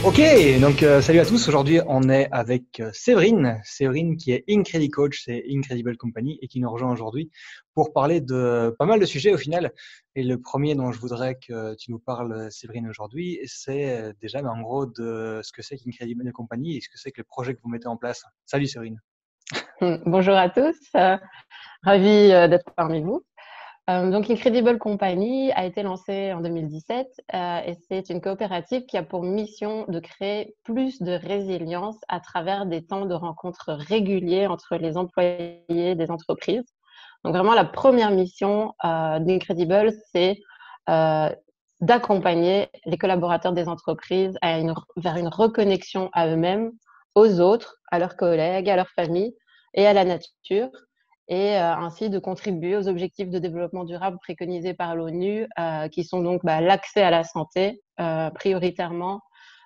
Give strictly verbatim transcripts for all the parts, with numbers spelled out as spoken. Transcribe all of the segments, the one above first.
Ok, donc euh, salut à tous. Aujourd'hui, on est avec euh, Séverine. Séverine qui est Incredi Coach, c'est Incredible Company et qui nous rejoint aujourd'hui pour parler de pas mal de sujets au final. Et le premier dont je voudrais que tu nous parles, Séverine, aujourd'hui, c'est euh, déjà, mais en gros, de ce que c'est qu'Incredible Company et ce que c'est que les projets que vous mettez en place. Salut Séverine. Bonjour à tous, euh, ravie euh, d'être parmi vous. Euh, donc, Incredible Company a été lancée en deux mille dix-sept euh, et c'est une coopérative qui a pour mission de créer plus de résilience à travers des temps de rencontres réguliers entre les employés des entreprises. Donc, vraiment, la première mission euh, d'Incredible, c'est euh, d'accompagner les collaborateurs des entreprises à une, vers une reconnexion à eux-mêmes, aux autres, à leurs collègues, à leur famille et à la nature, et euh, ainsi de contribuer aux objectifs de développement durable préconisés par l'ONU, euh, qui sont donc bah, l'accès à la santé euh, prioritairement,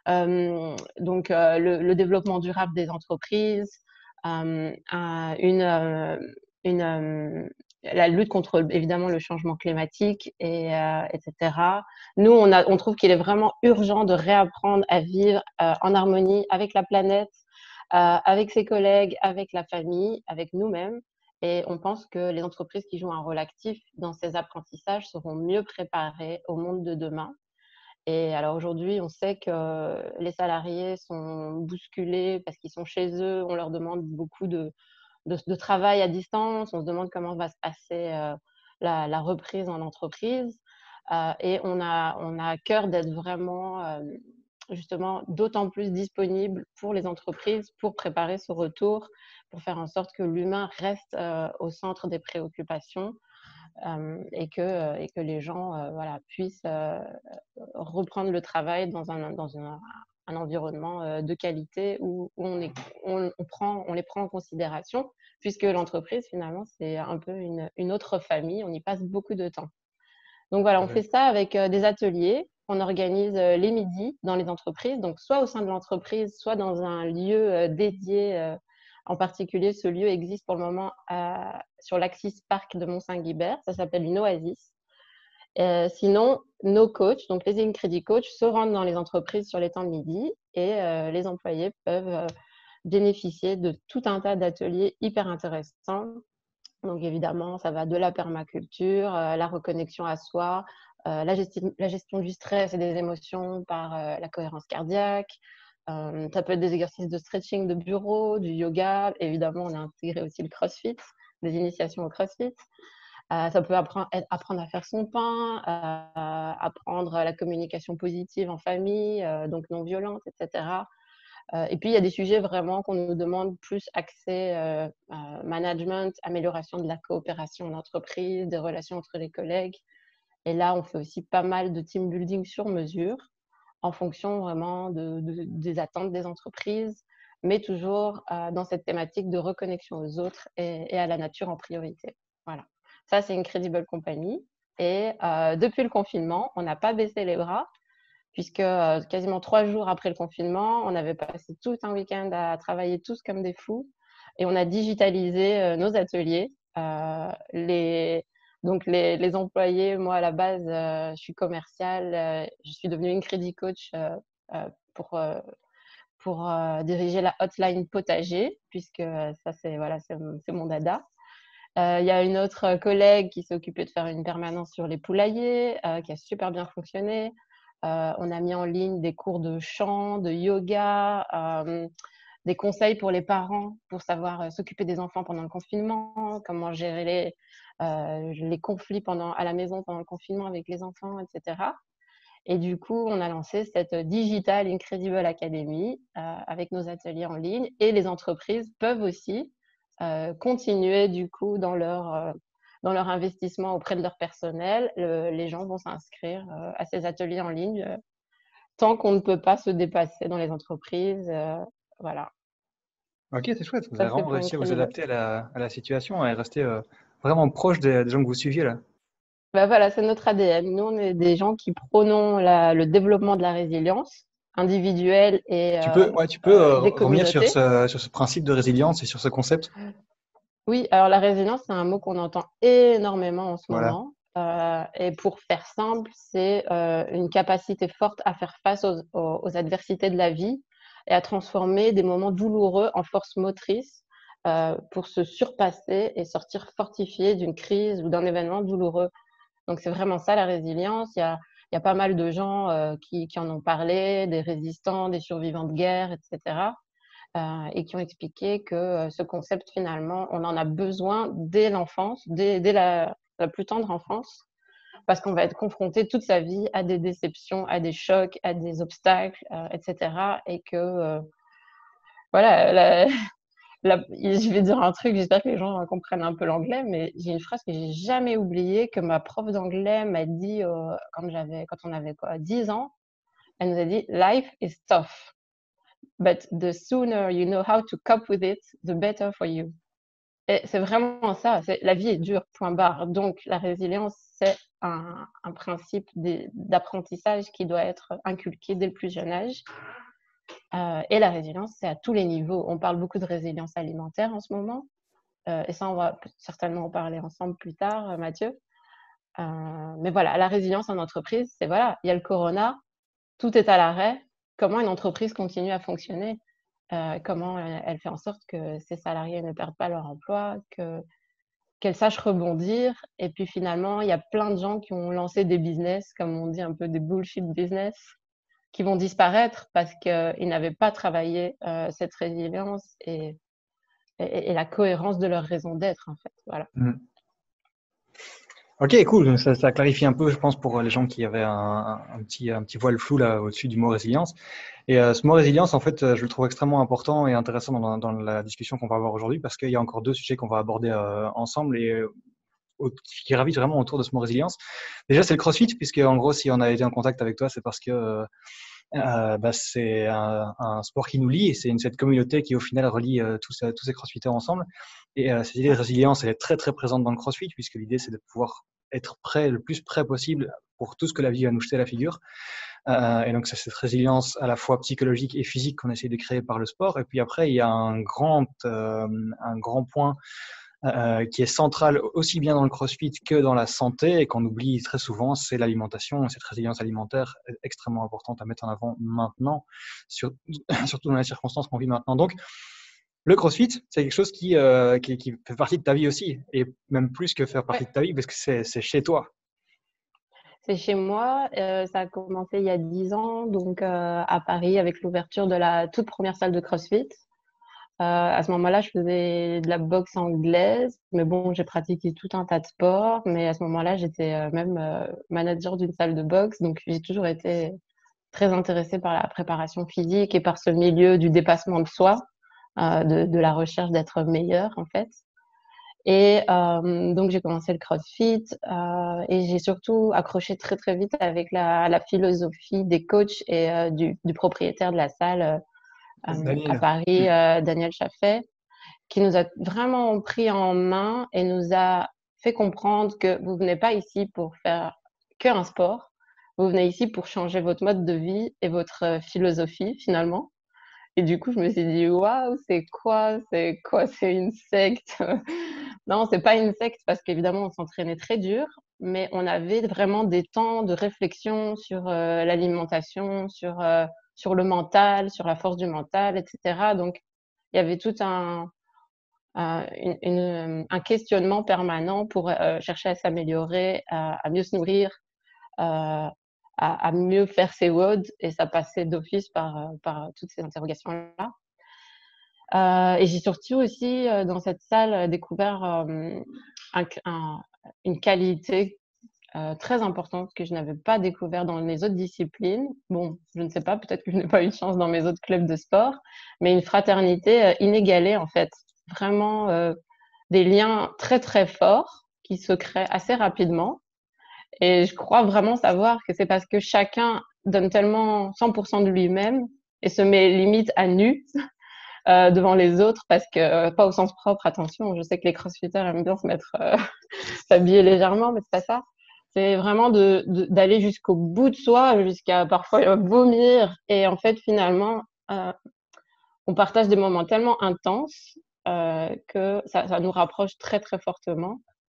euh, donc euh, le, le développement durable des entreprises, euh, une, euh, une, euh, la lutte contre évidemment le changement climatique, et, euh, et cetera. Nous, on, a, on trouve qu'il est vraiment urgent de réapprendre à vivre euh, en harmonie avec la planète, euh, avec ses collègues, avec la famille, avec nous-mêmes. Et on pense que les entreprises qui jouent un rôle actif dans ces apprentissages seront mieux préparées au monde de demain. Et alors aujourd'hui, on sait que les salariés sont bousculés parce qu'ils sont chez eux, on leur demande beaucoup de, de, de travail à distance, on se demande comment va se passer euh, la, la reprise en entreprise. Euh, et on a, on a à cœur d'être vraiment euh, justement d'autant plus disponible pour les entreprises pour préparer ce retour, pour faire en sorte que l'humain reste euh, au centre des préoccupations, euh, et, que, et que les gens euh, voilà, puissent euh, reprendre le travail dans un, dans un, un environnement euh, de qualité où, où on, est, on, on, prend, on les prend en considération, puisque l'entreprise, finalement, c'est un peu une, une autre famille. On y passe beaucoup de temps. Donc voilà, on Ouais. fait ça avec euh, des ateliers. On organise euh, les midis dans les entreprises, donc soit au sein de l'entreprise, soit dans un lieu euh, dédié. Euh, en particulier, ce lieu existe pour le moment à, sur l'Axis Park de Mont-Saint-Guibert. Ça s'appelle une oasis. Euh, sinon, nos coachs, donc les Incredi Coach, se rendent dans les entreprises sur les temps de midi, et euh, les employés peuvent euh, bénéficier de tout un tas d'ateliers hyper intéressants. Donc évidemment, ça va de la permaculture, euh, la reconnexion à soi, euh, la, gestion, la gestion du stress et des émotions par euh, la cohérence cardiaque. Euh, ça peut être des exercices de stretching de bureau, du yoga. Évidemment, on a intégré aussi le crossfit, des initiations au crossfit. Euh, ça peut apprendre, apprendre à faire son pain, euh, apprendre la communication positive en famille, euh, donc non violente, et cetera. Euh, et puis, il y a des sujets vraiment qu'on nous demande plus accès euh, euh, management, amélioration de la coopération en entreprise, des relations entre les collègues. Et là, on fait aussi pas mal de team building sur mesure en fonction vraiment de, de, des attentes des entreprises, mais toujours euh, dans cette thématique de reconnexion aux autres et, et à la nature en priorité. Voilà. Ça, c'est Incredible Company. Et euh, depuis le confinement, on n'a pas baissé les bras, puisque euh, quasiment trois jours après le confinement, on avait passé tout un week-end à travailler tous comme des fous, et on a digitalisé euh, nos ateliers. Euh, les, donc les, les employés, moi à la base, euh, je suis commerciale, euh, je suis devenue Incredi Coach euh, euh, pour, euh, pour euh, diriger la hotline potager, puisque ça c'est voilà, c'est, c'est mon dada. Il euh, y a une autre collègue qui s'est occupée de faire une permanence sur les poulaillers, euh, qui a super bien fonctionné. Euh, on a mis en ligne des cours de chant, de yoga, euh, des conseils pour les parents pour savoir euh, s'occuper des enfants pendant le confinement, comment gérer les, euh, les conflits pendant, à la maison pendant le confinement avec les enfants, et cetera. Et du coup, on a lancé cette Digital Incredible Academy euh, avec nos ateliers en ligne, et les entreprises peuvent aussi euh, continuer du coup dans leur, euh, dans leur investissement auprès de leur personnel. Le, les gens vont s'inscrire euh, à ces ateliers en ligne euh, tant qu'on ne peut pas se dépasser dans les entreprises. Euh, voilà, Ok, c'est chouette. Vous ça avez c'est vraiment pour réussi à vous Incredible. adapter à la, à la situation et rester euh, vraiment proche des, des gens que vous suiviez là. Ben voilà, c'est notre A D N. Nous, on est des gens qui prônons la, le développement de la résilience individuelle et Tu euh, peux, ouais, tu peux euh, euh, des revenir sur communautés. ce, sur ce principe de résilience et sur ce concept? Oui, alors la résilience, c'est un mot qu'on entend énormément en ce Voilà. moment. Euh, et pour faire simple, c'est euh, une capacité forte à faire face aux, aux, aux adversités de la vie et à transformer des moments douloureux en force motrice euh, pour se surpasser et sortir fortifié d'une crise ou d'un événement douloureux. Donc, c'est vraiment ça la résilience. Il y a, il y a pas mal de gens euh, qui, qui en ont parlé, des résistants, des survivants de guerre, et cetera. Euh, et qui ont expliqué que euh, ce concept, finalement, on en a besoin dès l'enfance, dès, dès la, la plus tendre enfance, parce qu'on va être confronté toute sa vie à des déceptions, à des chocs, à des obstacles, euh, et cetera. Et que, euh, voilà, la, la, je vais dire un truc, j'espère que les gens comprennent un peu l'anglais, mais j'ai une phrase que j'ai jamais oubliée, que ma prof d'anglais m'a dit euh, quand j'avais, quand on avait quoi, dix ans. Elle nous a dit, Life is tough, but the sooner you know how to cope with it, the better for you. Et c'est vraiment ça, c'est, la vie est dure, point barre. Donc, la résilience, c'est un, un principe des- d'apprentissage qui doit être inculqué dès le plus jeune âge. Euh, et la résilience, c'est à tous les niveaux. On parle beaucoup de résilience alimentaire en ce moment. Euh, et ça, on va certainement en parler ensemble plus tard, euh, Mathieu. Euh, mais voilà, la résilience en entreprise, c'est voilà, il y a le corona, tout est à l'arrêt. Comment une entreprise continue à fonctionner? Euh, comment euh, elle fait en sorte que ses salariés ne perdent pas leur emploi, que qu'elle sache rebondir. Et puis finalement, il y a plein de gens qui ont lancé des business, comme on dit un peu des bullshit business, qui vont disparaître parce qu'ils n'avaient pas travaillé euh, cette résilience et, et, et la cohérence de leur raison d'être, en fait. Voilà. Mm. Ok, cool. Donc, Ça, ça clarifie un peu, je pense, pour les gens qui avaient un, un- un petit, un petit voile flou là au-dessus du mot résilience. Et euh, ce mot résilience, en fait, euh, je le trouve extrêmement important et intéressant dans, dans la discussion qu'on va avoir aujourd'hui parce qu'il y a encore deux sujets qu'on va aborder euh, ensemble et euh, au- qui gravitent vraiment autour de ce mot résilience. Déjà, c'est le CrossFit, puisque en gros, si on a été en contact avec toi, c'est parce que euh, euh, bah, c'est un, un sport qui nous lie et c'est une cette communauté qui au final relie euh, tous, euh, tous ces crossfitters ensemble. Et euh, cette idée de résilience, elle est très très présente dans le CrossFit puisque l'idée c'est de pouvoir être prêt, le plus prêt possible pour tout ce que la vie va nous jeter à la figure. Euh, et donc c'est cette résilience à la fois psychologique et physique qu'on essaie de créer par le sport. Et puis après, il y a un grand, euh, un grand point euh, qui est centrale aussi bien dans le CrossFit que dans la santé et qu'on oublie très souvent, c'est l'alimentation. Cette résilience alimentaire est extrêmement importante à mettre en avant maintenant, sur, surtout dans les circonstances qu'on vit maintenant. Donc, le CrossFit, c'est quelque chose qui, euh, qui, qui fait partie de ta vie aussi, et même plus que faire partie Ouais, de ta vie, parce que c'est, c'est chez toi. c'est chez moi. Euh, ça a commencé il y a dix ans, donc euh, à Paris, avec l'ouverture de la toute première salle de CrossFit. Euh, à ce moment-là, je faisais de la boxe anglaise, mais bon, j'ai pratiqué tout un tas de sports. Mais à ce moment-là, j'étais euh, même euh, manager d'une salle de boxe, donc j'ai toujours été très intéressée par la préparation physique et par ce milieu du dépassement de soi, euh, de, de la recherche d'être meilleur en fait. Et euh, donc j'ai commencé le CrossFit euh, et j'ai surtout accroché très très vite avec la, la philosophie des coachs et euh, du, du propriétaire de la salle euh, à Daniel. Paris, euh, Daniel Chaffet, qui nous a vraiment pris en main et nous a fait comprendre que vous venez pas ici pour faire qu'un sport, vous venez ici pour changer votre mode de vie et votre euh, philosophie finalement. Et du coup, je me suis dit, waouh, c'est quoi? C'est quoi? C'est une secte? Non, c'est pas une secte parce qu'évidemment, on s'entraînait très dur, mais on avait vraiment des temps de réflexion sur euh, l'alimentation, sur, euh, sur le mental, sur la force du mental, et cetera. Donc, il y avait tout un, un, une- une- un questionnement permanent pour euh, chercher à s'améliorer, à, à mieux se nourrir, euh, à, à mieux faire ses W O D, et ça passait d'office par, euh, par toutes ces interrogations-là. Euh, et j'ai surtout aussi, euh, dans cette salle, euh, découvert euh, un- un- une qualité euh, très importante que je n'avais pas découvert dans mes autres disciplines. Bon, je ne sais pas, peut-être que je n'ai pas eu de chance dans mes autres clubs de sport, mais une fraternité euh, inégalée en fait. Vraiment euh, des liens très très forts qui se créent assez rapidement. Et je crois vraiment savoir que c'est parce que chacun donne tellement cent pour cent de lui-même et se met limite à nu euh, devant les autres parce que, euh, pas au sens propre, attention, je sais que les crossfitters aiment bien se mettre, euh, s'habiller légèrement, mais c'est pas ça. C'est vraiment de, de- d'aller jusqu'au bout de soi, jusqu'à parfois euh, vomir. Et en fait, finalement, euh, on partage des moments tellement intenses euh, que ça, ça nous rapproche très, très fortement.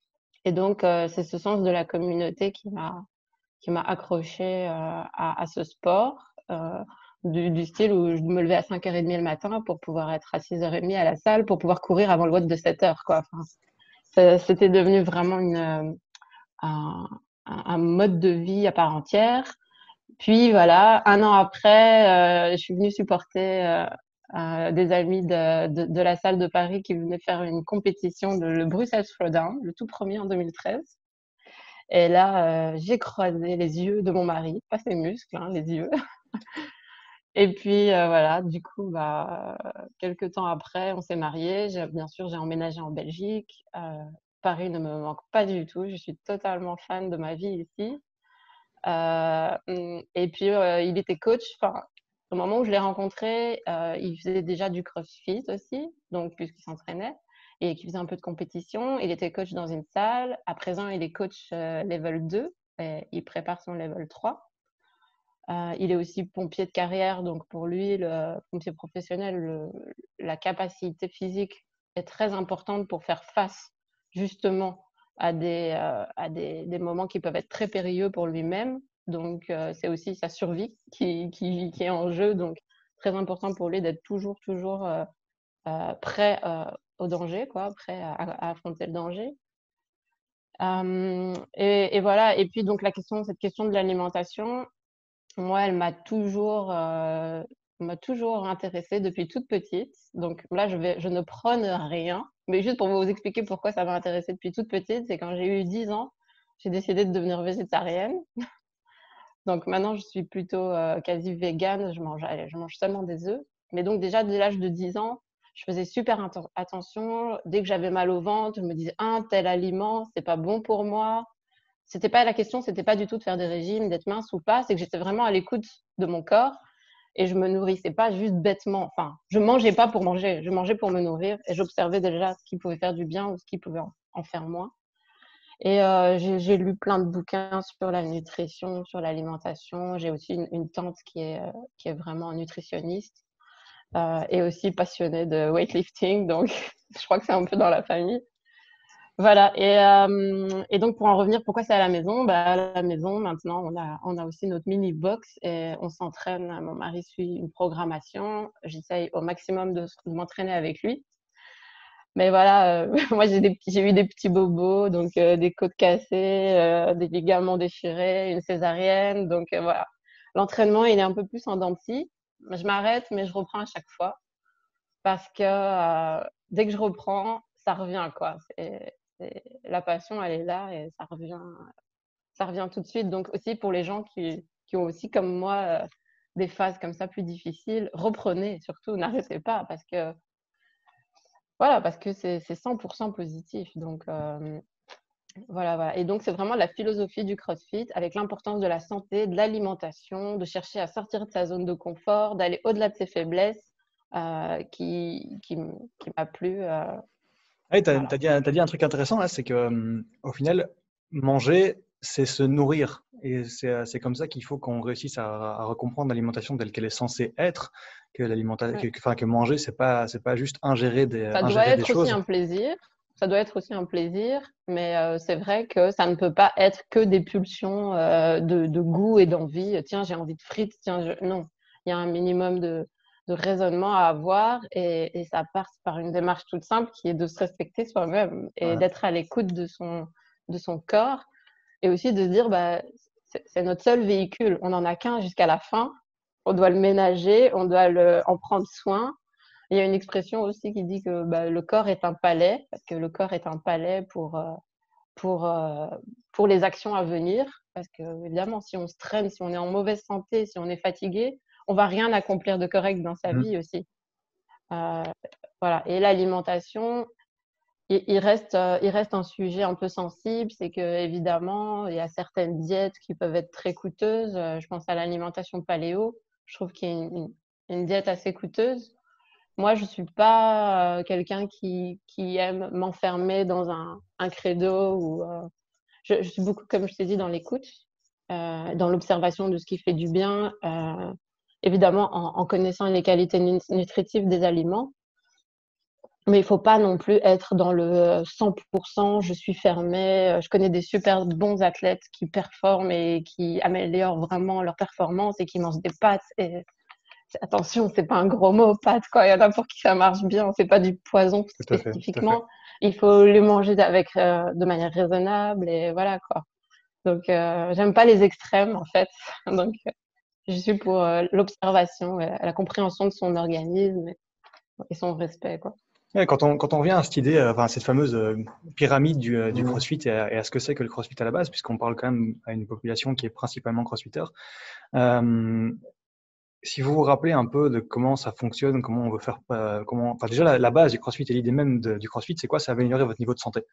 Et donc, euh, c'est ce sens de la communauté qui m'a qui m'a accroché euh, à, à ce sport, euh, du, du style où je me levais à cinq heures trente le matin pour pouvoir être à six heures trente à la salle, pour pouvoir courir avant le WOD de sept heures, quoi. Enfin, ça- c'était devenu vraiment une, euh, un, un un mode de vie à part entière. Puis voilà, un an après, euh, je suis venue supporter euh, euh, des amis de, de, de la salle de Paris qui venaient faire une compétition de le Bruxelles Throwdown, le tout premier en deux mille treize. Et là, euh, j'ai croisé les yeux de mon mari, pas ses muscles, hein, les yeux. Et puis euh, voilà, du coup, bah, quelques temps après, on s'est mariés. J'ai- Bien sûr, j'ai emménagé en Belgique. Euh, Paris ne me manque pas du tout. Je suis totalement fan de ma vie ici. Euh, hum, et puis, euh, il était coach. Enfin, au moment où je l'ai rencontré, euh, il faisait déjà du CrossFit aussi, donc puisqu'il s'entraînait et qu'il faisait un peu de compétition. Il était coach dans une salle. À présent, il est coach euh, level deux et il prépare son level trois. Euh, il est aussi pompier de carrière, donc pour lui, le pompier professionnel, le- la capacité physique est très importante pour faire face justement à des, euh, à des, des moments qui peuvent être très périlleux pour lui-même. Donc, euh, c'est aussi sa survie qui, qui, qui est en jeu. Donc, très important pour lui d'être toujours, toujours euh, euh, prêt euh, au danger, quoi, prêt à, à affronter le danger. Euh, et, et voilà. Et puis, donc, la question, cette question de l'alimentation, moi, elle m'a toujours, euh, m'a toujours intéressée depuis toute petite. Donc là, je vais, je ne prône rien, mais juste pour vous expliquer pourquoi ça m'a intéressée depuis toute petite, c'est quand j'ai eu dix ans, j'ai décidé de devenir végétarienne. Donc maintenant, je suis plutôt euh, quasi végane, je mange, allez, je mange seulement des œufs. Mais donc déjà, dès l'âge de dix ans, je faisais super atten- attention. Dès que j'avais mal au ventre, je me disais, un tel aliment, c'est pas bon pour moi. C'était pas la question, c'était pas du tout de faire des régimes, d'être mince ou pas, c'est que j'étais vraiment à l'écoute de mon corps et je me nourrissais pas juste bêtement. Enfin, je mangeais pas pour manger, je mangeais pour me nourrir et j'observais déjà ce qui pouvait faire du bien ou ce qui pouvait en, en faire moins. Et euh, j'ai, j'ai lu plein de bouquins sur la nutrition, sur l'alimentation. J'ai aussi une, une tante qui est, euh, qui est vraiment nutritionniste euh, et aussi passionnée de weightlifting, donc je crois que c'est un peu dans la famille. Voilà. Et, euh, et donc, pour en revenir, pourquoi c'est à la maison? Bah, à la maison, maintenant, on a, on a aussi notre mini box et on s'entraîne. Mon mari suit une programmation. J'essaye au maximum de, de m'entraîner avec lui. Mais voilà, euh, moi, j'ai des, petits- j'ai eu des petits bobos, donc euh, des côtes cassées, euh, des ligaments déchirés, une césarienne. Donc euh, voilà. L'entraînement, il est un peu plus en dents de scie. Je m'arrête, mais je reprends à chaque fois parce que euh, dès que je reprends, ça revient, quoi. C'est, c'est- la passion, elle est là et ça revient, ça revient tout de suite. Donc aussi pour les gens qui, qui ont aussi comme moi euh, des phases comme ça plus difficiles, reprenez, surtout n'arrêtez pas parce que voilà, parce que c'est c'est cent pour cent positif. Donc euh, voilà, voilà. Et donc c'est vraiment la philosophie du CrossFit avec l'importance de la santé, de l'alimentation, de chercher à sortir de sa zone de confort, d'aller au-delà de ses faiblesses, euh, qui, qui, m- qui m'a plu. euh, Ah, tu as, voilà. dit, un t'as dit un truc intéressant là, c'est que hum, au final, manger, c'est se nourrir. Et c'est euh, c'est comme ça qu'il faut qu'on réussisse à, à recomprendre l'alimentation telle qu'elle est censée être, que l'alimentation, que, Ouais. que- enfin, que manger, c'est pas, c'est pas juste ingérer des, Ça doit ingérer des être aussi choses. un plaisir. Ça doit être aussi un plaisir, mais euh, c'est vrai que ça ne peut pas être que des pulsions euh, de, de goût et d'envie. Tiens, j'ai envie de frites. Tiens, je... non. Il y a un minimum de, de raisonnement à avoir et, et ça passe par une démarche toute simple qui est de se respecter soi-même et Voilà. d'être à l'écoute de son, de son corps et aussi de se dire bah, c'est c'est notre seul véhicule. On n'en a qu'un jusqu'à la fin. On doit le ménager, on doit le, en prendre soin. Il y a une expression aussi qui dit que bah, le corps est un palais, parce que le corps est un palais pour, euh, pour, euh, pour les actions à venir. Parce que, évidemment, si on se traîne, si on est en mauvaise santé, si on est fatigué, on va rien accomplir de correct dans sa Mhm. vie aussi. Euh, voilà. Et l'alimentation, il, il reste, euh, il reste un sujet un peu sensible. C'est que, évidemment, il y a certaines diètes qui peuvent être très coûteuses. Euh, je pense à l'alimentation paléo. Je trouve qu'il y a une, une, une diète assez coûteuse. Moi, je suis pas euh, quelqu'un qui, qui aime m'enfermer dans un, un credo ou euh, je, je suis beaucoup, comme je t'ai dit, dans l'écoute, euh, dans l'observation de ce qui fait du bien, euh, évidemment en, en connaissant les qualités nu- nutritives des aliments. Mais il faut pas non plus être dans le cent pour cent, je suis fermée. Je connais des super bons athlètes qui performent et qui améliorent vraiment leur performance et qui mangent des pâtes. Et attention, c'est pas un gros mot, pâtes, quoi. Il y en a pour qui ça marche bien. C'est pas du poison Tout à fait, tout à fait. spécifiquement. Il faut les manger avec, euh, de manière raisonnable et voilà, quoi. Donc, euh, j'aime pas les extrêmes, en fait. Donc, euh, je suis pour euh, l'observation, et la compréhension de son organisme et, et son respect, quoi. Ouais, quand on, quand on revient à cette idée, euh, enfin, cette fameuse euh, pyramide du, euh, du CrossFit et à, et à ce que c'est que le CrossFit à la base, puisqu'on parle quand même à une population qui est principalement CrossFitter, euh, si vous vous rappelez un peu de comment ça fonctionne, comment on veut faire, euh, comment, enfin déjà la, la base du CrossFit et l'idée même de- du CrossFit, c'est quoi? C'est améliorer votre niveau de santé.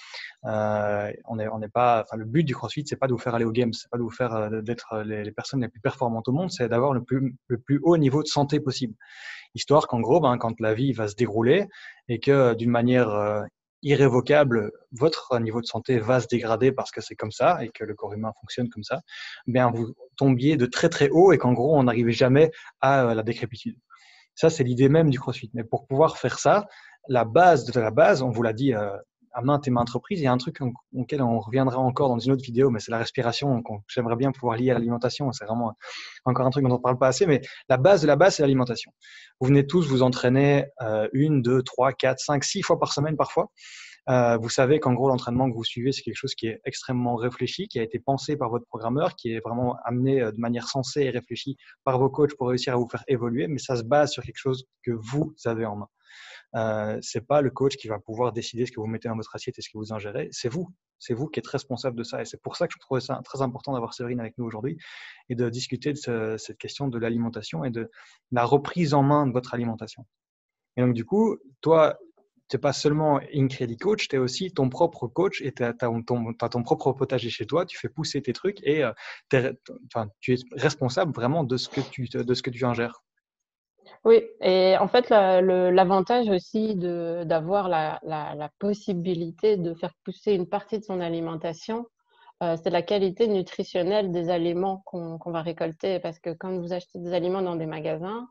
Euh, on est, on n'est pas, enfin le but du CrossFit, c'est pas de vous faire aller aux games, c'est pas de vous faire euh, d'être les, les personnes les plus performantes au monde, c'est d'avoir le plus, le plus haut niveau de santé possible. Histoire qu'en gros, ben, quand la vie va se dérouler et que d'une manière euh, irrévocable, votre niveau de santé va se dégrader parce que c'est comme ça et que le corps humain fonctionne comme ça, bien vous tombiez de très très haut et qu'en gros, on n'arrivait jamais à euh, la décrépitude. Ça, c'est l'idée même du CrossFit. Mais pour pouvoir faire ça, la base de la base, on vous l'a dit euh, à maintes et maintes reprises, il y a un truc auquel on reviendra encore dans une autre vidéo, mais c'est la respiration que j'aimerais bien pouvoir lier à l'alimentation. C'est vraiment encore un truc dont on ne parle pas assez, mais la base de la base, c'est l'alimentation. Vous venez tous vous entraîner euh, une, deux, trois, quatre, cinq, six fois par semaine parfois. Euh, vous savez qu'en gros, l'entraînement que vous suivez, c'est quelque chose qui est extrêmement réfléchi, qui a été pensé par votre programmeur, qui est vraiment amené euh, de manière sensée et réfléchie par vos coachs pour réussir à vous faire évoluer, mais ça se base sur quelque chose que vous avez en main. Euh, c'est pas le coach qui va pouvoir décider ce que vous mettez dans votre assiette et ce que vous ingérez, c'est vous. C'est vous qui êtes responsable de ça. Et c'est pour ça que je trouvais ça très important d'avoir Séverine avec nous aujourd'hui et de discuter de ce, cette question de l'alimentation et de la reprise en main de votre alimentation. Et donc, du coup, toi, tu n'es pas seulement Incredi Coach, tu es aussi ton propre coach et tu as ton, ton, ton propre potager chez toi, tu fais pousser tes trucs et euh, enfin, tu es responsable vraiment de ce que tu, de ce que tu ingères. Oui, et en fait, la- le- l'avantage aussi de d'avoir la, la, la possibilité de faire pousser une partie de son alimentation, euh, c'est la qualité nutritionnelle des aliments qu'on qu'on va récolter. Parce que quand vous achetez des aliments dans des magasins,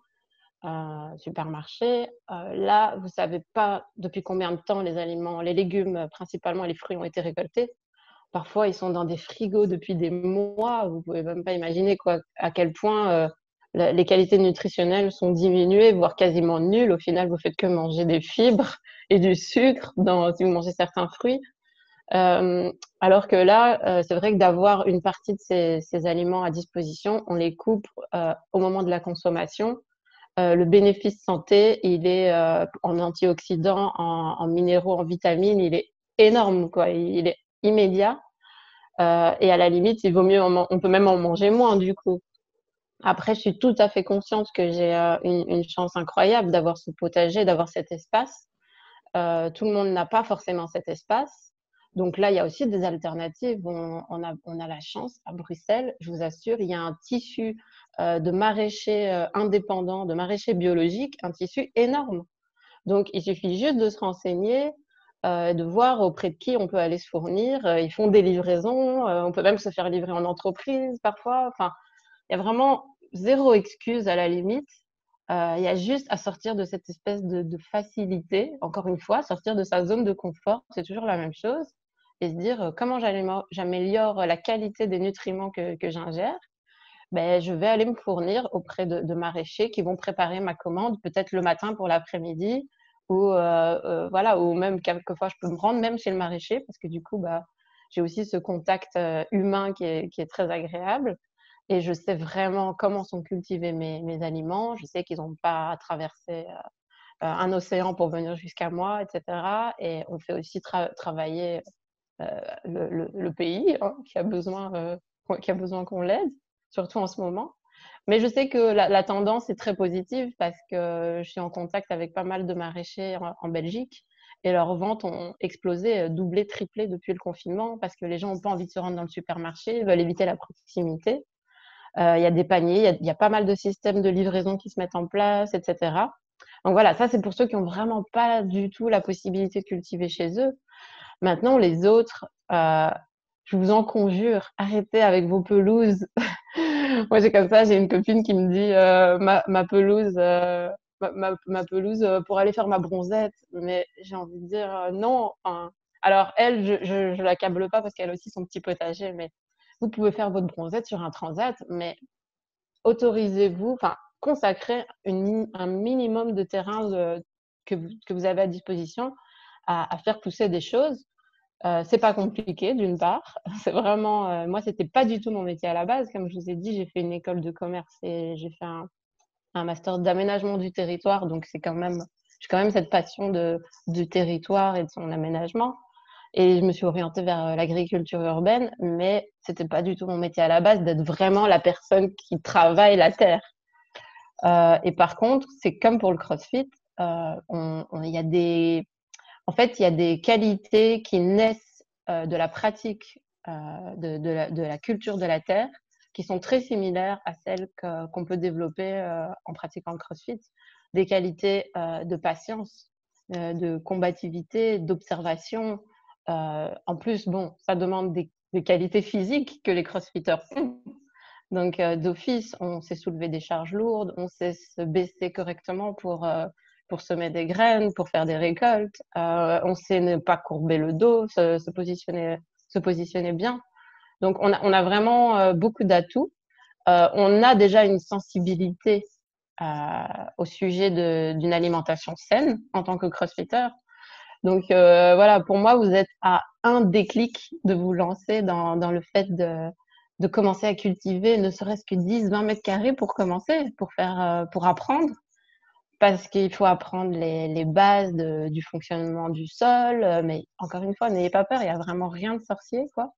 euh, supermarchés, euh, là, vous savez pas depuis combien de temps les aliments, les légumes principalement, les fruits ont été récoltés. Parfois, ils sont dans des frigos depuis des mois. Vous pouvez même pas imaginer quoi, à quel point euh, la- les qualités nutritionnelles sont diminuées, voire quasiment nulles. Au final, vous faites que manger des fibres et du sucre dans, si vous mangez certains fruits. Euh, alors que là, euh, c'est vrai que d'avoir une partie de ces, ces aliments à disposition, on les coupe euh, au moment de la consommation. Euh, le bénéfice santé, il est euh, en antioxydants, en, en minéraux, en vitamines, il est énorme, quoi. Il est immédiat. Euh, et à la limite, il vaut mieux, en on peut même en manger moins du coup. Après, je suis tout à fait consciente que j'ai euh, une, une chance incroyable d'avoir ce potager, d'avoir cet espace. Euh, tout le monde n'a pas forcément cet espace. Donc là, il y a aussi des alternatives. On, on, a, on a la chance à Bruxelles, je vous assure, il y a un tissu euh, de maraîchers euh, indépendants, de maraîchers biologiques, un tissu énorme. Donc, il suffit juste de se renseigner, euh, de voir auprès de qui on peut aller se fournir. Euh, ils font des livraisons, euh, on peut même se faire livrer en entreprise parfois. Enfin, il y a vraiment zéro excuse à la limite. Euh, il y a juste à sortir de cette espèce de, de facilité, encore une fois, sortir de sa zone de confort, c'est toujours la même chose, et se dire euh, comment j'améliore la qualité des nutriments que, que j'ingère. Ben, je vais aller me fournir auprès de, de maraîchers qui vont préparer ma commande peut-être le matin pour l'après-midi ou euh, euh, voilà, ou même quelquefois je peux me rendre même chez le maraîcher parce que du coup bah j'ai aussi ce contact euh, humain qui est, qui est très agréable et je sais vraiment comment sont cultivés mes, mes aliments. Je sais qu'ils n'ont pas traversé euh, un océan pour venir jusqu'à moi, et cetera. Et on fait aussi tra- travailler euh, le, le, le pays hein, qui a besoin, euh, qui a besoin qu'on l'aide, surtout en ce moment. Mais je sais que la, la, tendance est très positive parce que je suis en contact avec pas mal de maraîchers en, en Belgique et leurs ventes ont explosé, doublé, triplé depuis le confinement parce que les gens n'ont pas envie de se rendre dans le supermarché, veulent éviter la proximité. Euh, il y a des paniers, il y a, il y a pas mal de systèmes de livraison qui se mettent en place, et cetera. Donc voilà, ça c'est pour ceux qui n'ont vraiment pas du tout la possibilité de cultiver chez eux. Maintenant, les autres, euh, je vous en conjure, arrêtez avec vos pelouses. Moi, j'ai comme ça, j'ai une copine qui me dit euh, ma, ma pelouse, euh, ma, ma, ma pelouse pour aller faire ma bronzette. Mais j'ai envie de dire euh, non. Enfin, alors elle, je, je, je l'accable pas parce qu'elle a aussi son petit potager, mais vous pouvez faire votre bronzette sur un transat, mais autorisez-vous, enfin, consacrez une, un minimum de terrain de, que, vous, que vous avez à disposition à, à faire pousser des choses. Euh, c'est pas compliqué d'une part. C'est vraiment, euh, moi, c'était pas du tout mon métier à la base. Comme je vous ai dit, j'ai fait une école de commerce et j'ai fait un, un master d'aménagement du territoire. Donc, c'est quand même, j'ai quand même cette passion de, du territoire et de son aménagement. Et je me suis orientée vers l'agriculture urbaine, mais c'était pas du tout mon métier à la base d'être vraiment la personne qui travaille la terre. Euh, et par contre, c'est comme pour le CrossFit, euh, on, on, y a des, en fait, il y a des qualités qui naissent euh, de la pratique euh, de, de, la, de la culture de la terre, qui sont très similaires à celles que, qu'on peut développer euh, en pratiquant le CrossFit. Des qualités euh, de patience, euh, de combativité, d'observation. Euh, en plus, bon, ça demande des, des qualités physiques que les crossfitters ont. Donc, euh, d'office, on sait soulever des charges lourdes, on sait se baisser correctement pour, euh, pour semer des graines, pour faire des récoltes. Euh, on sait ne pas courber le dos, se, se positionner, se positionner bien. Donc, on a, on a vraiment euh, beaucoup d'atouts. Euh, on a déjà une sensibilité euh, au sujet de, d'une alimentation saine en tant que crossfitter. Donc, euh, voilà, pour moi, vous êtes à un déclic de vous lancer dans, dans le fait de, de commencer à cultiver ne serait-ce que dix, vingt mètres carrés pour commencer, pour faire, euh, pour apprendre. Parce qu'il faut apprendre les, les bases de, du fonctionnement du sol. Euh, mais encore une fois, n'ayez pas peur, il n'y a vraiment rien de sorcier, quoi.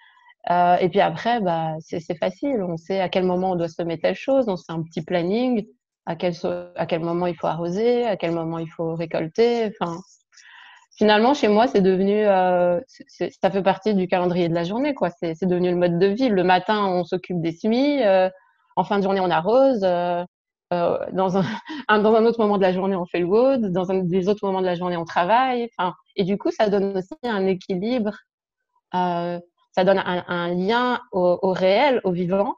Euh, et puis après, bah, c'est, c'est facile. On sait à quel moment on doit semer telle chose, on sait un petit planning, à quel, so- à quel moment il faut arroser, à quel moment il faut récolter. Enfin, finalement, chez moi, c'est devenu, euh, c'est, c'est- ça fait partie du calendrier de la journée, quoi. C'est, c'est devenu le mode de vie. Le matin, on s'occupe des semis, euh, en fin de journée, on arrose. Euh, euh, dans un, un- dans un autre moment de la journée, on fait le wood. Dans un des autres moments de la journée, on travaille. Enfin, et du coup, ça donne aussi un équilibre. Euh, ça donne un, un lien au, au réel, au vivant,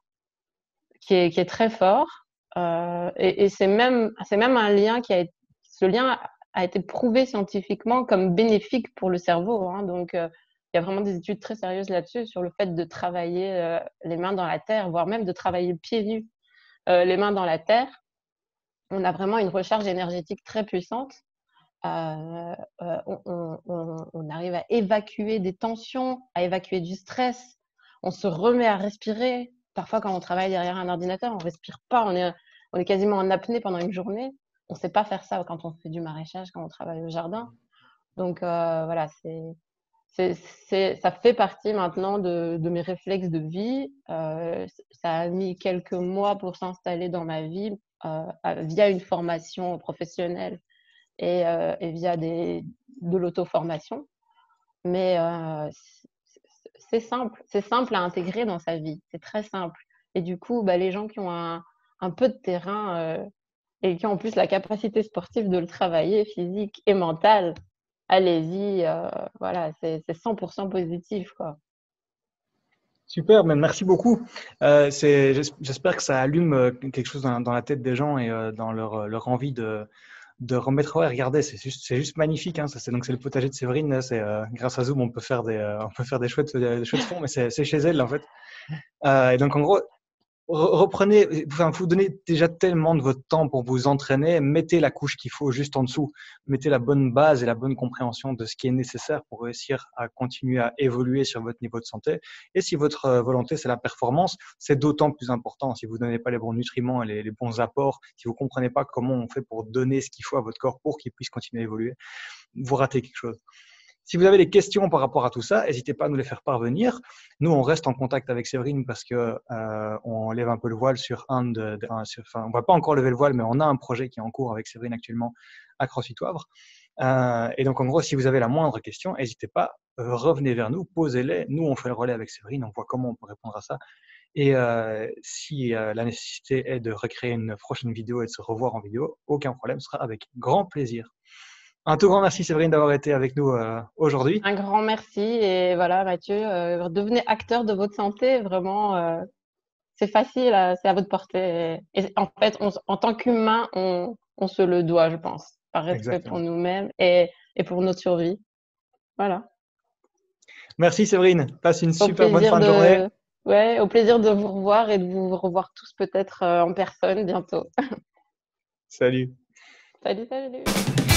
qui est, qui est très fort. Euh, et et c'est même, c'est même un lien qui a été, ce lien a été prouvé scientifiquement comme bénéfique pour le cerveau. Hein. Donc, euh, il y a vraiment des études très sérieuses là-dessus sur le fait de travailler euh, les mains dans la terre, voire même de travailler pieds nus euh, les mains dans la terre. On a vraiment une recharge énergétique très puissante. Euh, euh, on, on, on arrive à évacuer des tensions, à évacuer du stress. On se remet à respirer. Parfois, quand on travaille derrière un ordinateur, on respire pas. On est, on est quasiment en apnée pendant une journée. On sait pas faire ça quand on fait du maraîchage, quand on travaille au jardin. Donc euh, voilà, c'est, c'est, c'est, ça fait partie maintenant de, de mes réflexes de vie. Euh, ça a mis quelques mois pour s'installer dans ma vie euh, via une formation professionnelle et, euh, et via des, de l'auto-formation. Mais euh, c'est simple, c'est simple à intégrer dans sa vie, c'est très simple. Et du coup, bah, les gens qui ont un, un peu de terrain euh, et qui ont en plus la capacité sportive de le travailler, physique et mentale, allez-y, euh, voilà, c'est c'est cent pour cent positif, quoi. Super, mais merci beaucoup. Euh, c'est, j'es- j'espère que ça allume euh, quelque chose dans, dans la tête des gens et euh, dans leur, euh, leur envie de, de remettre. Ouais, regardez, c'est juste, c'est juste magnifique. Hein, ça, c'est donc c'est le potager de Séverine. Là, c'est euh, grâce à Zoom, on peut faire des, euh, on peut faire des chouettes, des chouettes fonds, mais c'est, c'est chez elle en fait. Euh, et donc en gros, Re- reprenez, enfin, vous donnez déjà tellement de votre temps pour vous entraîner, mettez la couche qu'il faut juste en dessous, mettez la bonne base et la bonne compréhension de ce qui est nécessaire pour réussir à continuer à évoluer sur votre niveau de santé. Et si votre euh, volonté, c'est la performance, c'est d'autant plus important. Si vous ne donnez pas les bons nutriments et les, les bons apports, si vous ne comprenez pas comment on fait pour donner ce qu'il faut à votre corps pour qu'il puisse continuer à évoluer, vous ratez quelque chose. Si vous avez des questions par rapport à tout ça, n'hésitez pas à nous les faire parvenir. Nous, on reste en contact avec Séverine parce que euh, on lève un peu le voile sur un de, de un, sur, enfin, on va pas encore lever le voile, mais on a un projet qui est en cours avec Séverine actuellement à CrossFit Wavre. Euh, et donc, en gros, si vous avez la moindre question, n'hésitez pas, euh, revenez vers nous, posez-les. Nous, on fait le relais avec Séverine, on voit comment on peut répondre à ça. Et euh, si euh, la nécessité est de recréer une prochaine vidéo et de se revoir en vidéo, aucun problème, ce sera avec grand plaisir. Un tout grand merci Séverine d'avoir été avec nous euh, aujourd'hui. Un grand merci et voilà, Mathieu, euh, devenez acteur de votre santé, vraiment, euh, c'est facile, euh, c'est à votre portée. Et en fait, on, en tant qu'humain, on, on se le doit, je pense, par respect pour Exactement. nous-mêmes et, et pour notre survie. Voilà. Merci Séverine, passe une Au super bonne plaisir fin de journée. de, ouais, au plaisir de vous revoir et de vous revoir tous peut-être euh, en personne bientôt. Salut. Salut, salut.